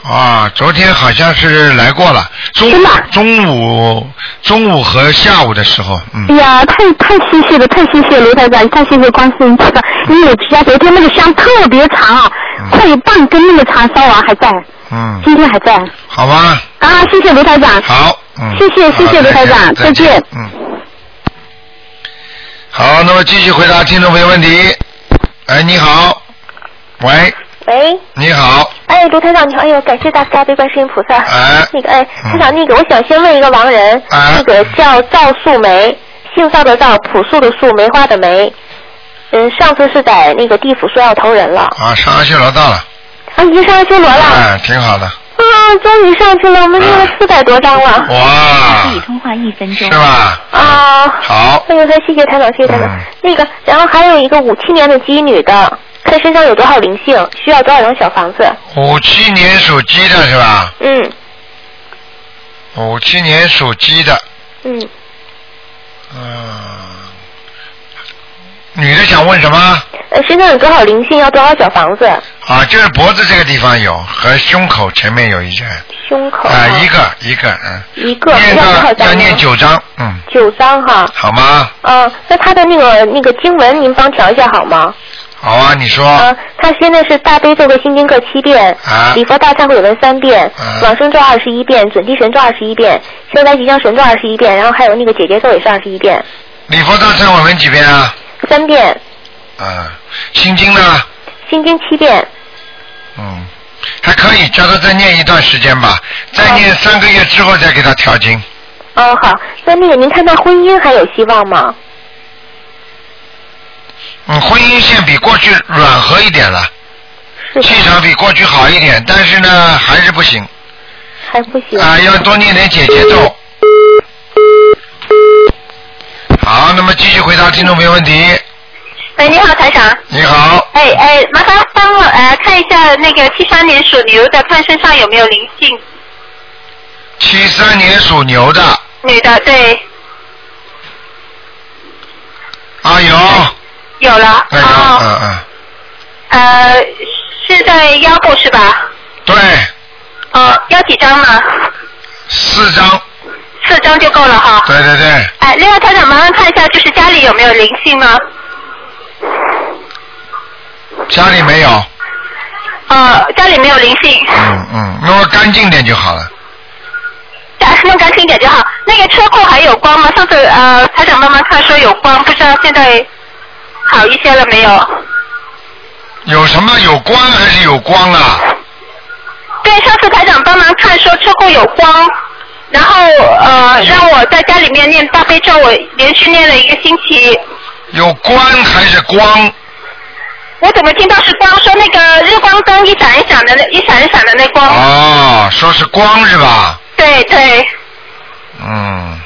啊，昨天好像是来过了，中中午中午和下午的时候，嗯。 哎呀，太太谢谢了，太谢谢卢台长，太谢谢观世音菩萨，因为我家昨天那个香特别长啊，嗯、快有半根那个长烧完还在， 嗯， 今天还在。 好吧。 啊，谢谢卢台长。 好，嗯， 谢谢谢谢卢台长，再见。 嗯。好，那么继续回答听众朋友问题。哎，你好，喂。 喂， 你好。 哎，卢台长你好，哎呦，感谢大慈大悲观世音菩萨。 哎， 那个哎，台长，那个我想先问一个亡人， 哎、 那个叫赵素梅，姓赵的赵，朴素的素，梅花的梅。嗯，上次是在那个地府说要投人了。 啊，上阿修罗道了。 啊，已经上阿修罗了。 哎，挺好的。 啊，终于上去了，我们念了四百多张了。 哇！ 可以通话一分钟。 是吧？ 啊。 好。 哎呦，太谢谢台长，谢谢台长。嗯、那个，然后还有一个五七年的鸡女的。看身上有多少灵性，需要多少张小房子？ 五七年属鸡的是吧？ 嗯。 五七年属鸡的。 嗯。 嗯。女的想问什么？ 呃，身上有多少灵性，要多少小房子？ 啊，就是脖子这个地方有，和胸口前面有一件。 胸口。 啊，一个一个嗯。 一个。 念个要念九张，嗯。 九张哈。 好吗？ 嗯，那他的那个那个经文，您帮调一下好吗？ 好啊，你说。 啊，他现在是大悲咒和心经各七遍， 啊， 礼佛大忏悔文三遍， 啊， 往生咒二十一遍，准提神咒二十一遍，消灾吉祥神咒二十一遍，然后还有那个姐姐咒也是二十一遍。 礼佛大忏悔文几遍啊？ 三遍。 啊，心经呢？ 心经七遍。 嗯，还可以，叫他再念一段时间吧，再念三个月之后再给他调经。 哦，好，那那个您看他婚姻还有希望吗？ 嗯，婚姻线比过去软和一点了，气场比过去好一点，但是呢还是不行。 还不行。 啊，要多念点姐姐咒。好，那么继续回答听众朋友问题。 喂，你好，台长。 你好。 哎哎，麻烦帮我呃看一下那个七三年属牛的，看身上有没有灵性。 七三年属牛的。 女的，对。 啊，有。 有了。 哎、哦。嗯嗯。 呃，是在腰部是吧？ 对。 哦，要几张呢？ 四张。 四张就够了哈。 对对对。 哎，另外台长麻烦看一下，就是家里有没有灵性吗？ 家里没有。 呃，家里没有灵性。 嗯嗯，弄个干净点就好了。 弄干净点就好。那个车库还有光吗？上次呃，台长妈妈看说有光，不知道现在好一些了没有？ 有什么有光还是有光啊？ 对，上次台长帮忙看说车库有光，然后呃让我在家里面念大悲咒，我连续念了一个星期。 有光还是光？ 我怎么听到是光？说那个日光灯一闪一闪的，一闪一闪的那光。 哦，说是光是吧？ 对对。 嗯。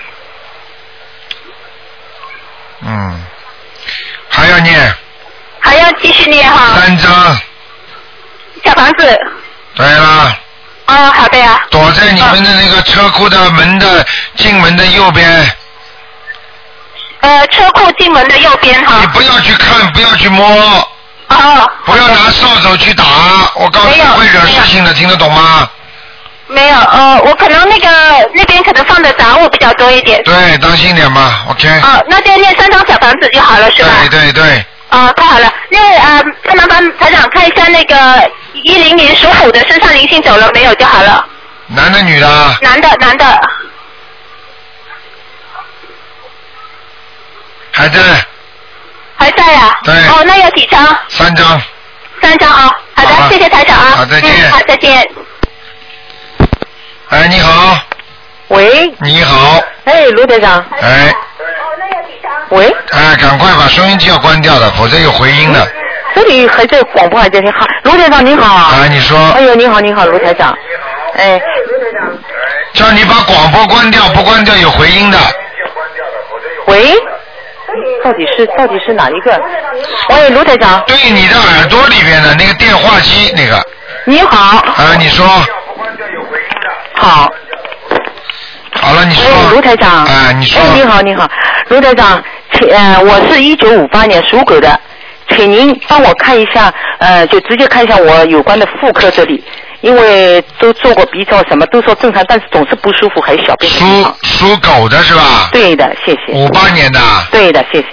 嗯。还要念。 还要继续念哈。 三张。 小房子。 对了。 哦，好的呀。 躲在你们的那个车库的门的进门的右边。 呃，车库进门的右边哈。 你不要去看，不要去摸。 哦。 不要拿扫帚去打，我告诉你会惹事情的，听得懂吗？ 没有，呃，我可能那个那边可能放的杂物比较多一点。 对，当心点吧 ，OK。 哦，那就念三张小房子就好了，是吧？ 对对对。 哦，太好了。那呃，再麻烦台长看一下那个一零年属虎的身上灵性走了没有就好了。 男的女的？ 男的，男的。 还在。 还在呀、啊？ 对。 哦，那有几张？ 三张。 三张啊、哦，好的，好谢谢台长啊。 好，再见。 嗯、好，再见。 哎，你好。 喂。 你好。 哎，卢台长。 哎。 喂。 哎，赶快把收音机要关掉的，否则有回音的。 这里还在广播还在听。好，卢台长你好。 啊，你说。 哎呦，你好，你好，卢台长。哎。 叫你把广播关掉，不关掉有回音的。 喂。到底是到底是哪一个？喂，卢台长。 对你的耳朵里边的那个电话机那个。 你好。 啊，你说。 好。 好了，你说。 哎，卢台长。 哎，你说。 哎，你好，你好，卢台长，呃，我是一九五八年属狗的， 请您帮我看一下，呃，就直接看一下我有关的妇科这里，因为都做过 B 超，什么都说正常，但是总是不舒服，还有小便。 属属狗的是吧？ 对的，谢谢。 五八年的。 对的，谢谢。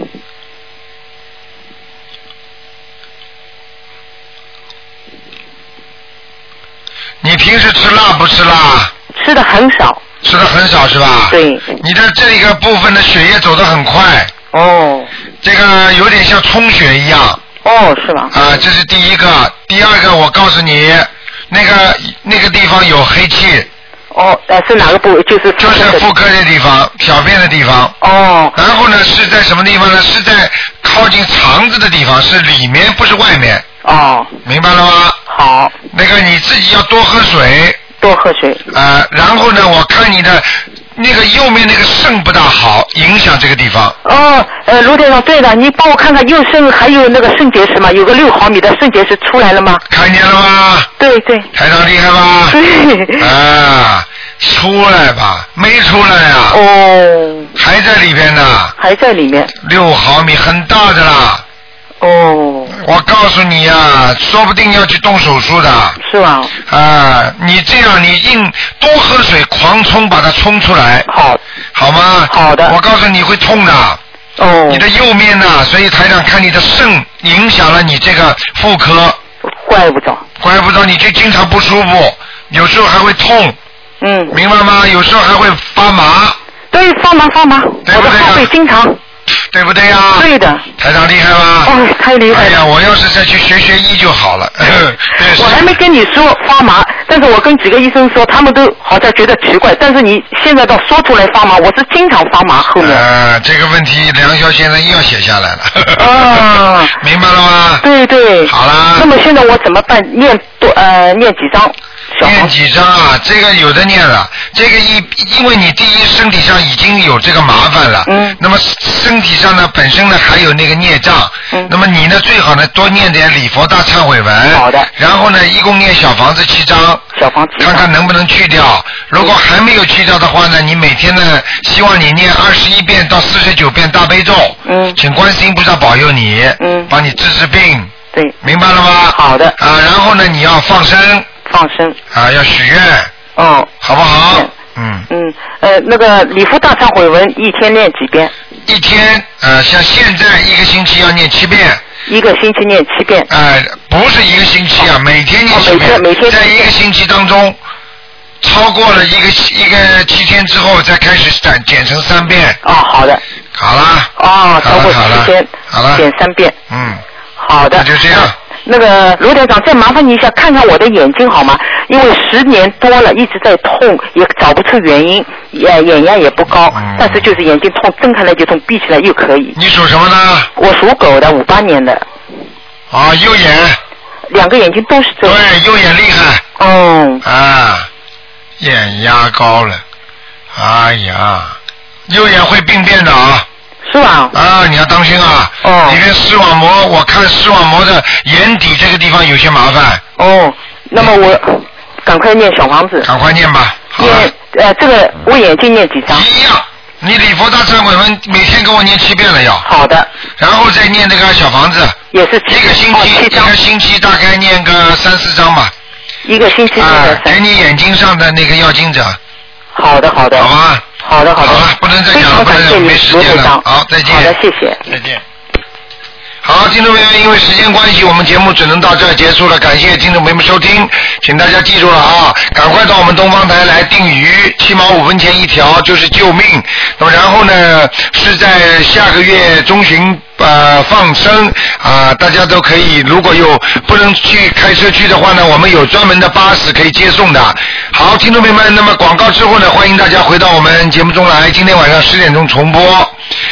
你平时吃辣不吃辣？ 吃的很少。 吃的很少是吧？ 对。 你的这个部分的血液走得很快。 哦。 这个有点像充血一样。 哦，是吧？ 啊，这是第一个。第二个，我告诉你，那个那个地方有黑气。 哦，呃，是哪个部位？就是就是妇科的地方，小便的地方。 哦。 然后呢，是在什么地方呢？是在靠近肠子的地方，是里面，不是外面。 哦。 明白了吗？ 好。 那个你自己要多喝水。 多喝水。 呃，然后呢，我看你的那个右面那个肾不大好，影响这个地方。 哦，呃，卢队长，对的，你帮我看看右肾还有那个肾结石吗？有个六毫米的肾结石出来了吗？ 看见了吗？ 对对。 台长厉害吧？ 对。 啊，出来吧，没出来呀、啊。 哦。 还在里边呢。 还在里面。 六毫米很大的啦。 哦。 我告诉你呀、啊，说不定要去动手术的。 是吧？ 啊，你这样你硬多喝水，狂冲把它冲出来。 好。 好吗？ 好的。 我告诉你会痛的。 哦。 你的右面呢，所以台长看你的肾影响了你这个妇科。 怪不着。 怪不着你就经常不舒服，有时候还会痛。 嗯。 明白吗？有时候还会发麻。 对，发麻发麻。 对不对呀？ 我的后背经常。 对不对呀？ 对的。 台长厉害吗？ 哦，太厉害了！ 哎呀，我要是再去学学医就好了。 我还没跟你说发麻，但是我跟几个医生说，他们都好像觉得奇怪。但是你现在倒说出来发麻，我是经常发麻后面。 呃，这个问题梁霄先生又要写下来了。 啊， 明白了吗？ 对对。 好啦。 那么现在我怎么办？念多呃念几张？ 念几张啊？这个有的念了。这个一，因为你第一身体上已经有这个麻烦了。嗯。那么身体上呢，本身呢还有那个孽障。嗯。那么你呢，最好呢多念点礼佛大忏悔文。 好的。 然后呢，一共念小房子七张。 小房子。 看看能不能去掉。如果还没有去掉的话呢，你每天呢，希望你念二十一遍到四十九遍大悲咒。嗯。请观世音菩萨保佑你。嗯。帮你治治病。 对。 明白了吗？ 好的。 啊，然后呢，你要放生。 放生啊，要许愿， 哦， 好不好？嗯嗯，呃，那个礼佛大忏悔文一天念几遍？ 一天，呃，像现在一个星期要念七遍。 一个星期念七遍。 呃，不是一个星期啊，哦、每天念七遍。 哦、每天每天在一个星期当中，超过了一个一个七天之后，再开始减减成三遍。 哦，好的。 好啦。 哦，超过七天， 好了， 减三遍。 嗯。 好的。 那就这样。 那个卢台长，再麻烦你一下，看看我的眼睛好吗？因为十年多了，一直在痛，也找不出原因，眼眼压也不高，嗯、但是就是眼睛痛，睁开来就痛，闭起来又可以。 你属什么呢？ 我属狗的，五八年的。 啊，右眼。 两个眼睛都是这样。 对，右眼厉害。 嗯。 啊，眼压高了，哎呀，右眼会病变的啊。 是吧？ 啊，你要当心啊！哦，里面视网膜，我看视网膜的眼底这个地方有些麻烦。 哦，那么我赶快念小房子。 赶快念吧。 念呃，这个我眼睛念几张？ 一样，你礼佛大忏悔文每天给我念七遍了要。 好的。 然后再念这个小房子。 也是一个星期，哦、一个星期大概念个三四张吧。 一个星期念个三。给你眼睛上的那个要经者。 好的，好的。 好吧。 好的，好的。 好了，不能再讲了，不能讲，没时间了。好，再见。 好的，谢谢。 再见。好，听众朋友们，因为时间关系，我们节目只能到这儿结束了。感谢听众朋友们收听，请大家记住了啊，赶快到我们东方台来订鱼，七毛五分钱一条就是救命。那么然后呢，是在下个月中旬呃放生啊、呃，大家都可以。如果有不能去开车去的话呢，我们有专门的巴士可以接送的。好，听众朋友们，那么广告之后呢，欢迎大家回到我们节目中来。今天晚上十点钟重播。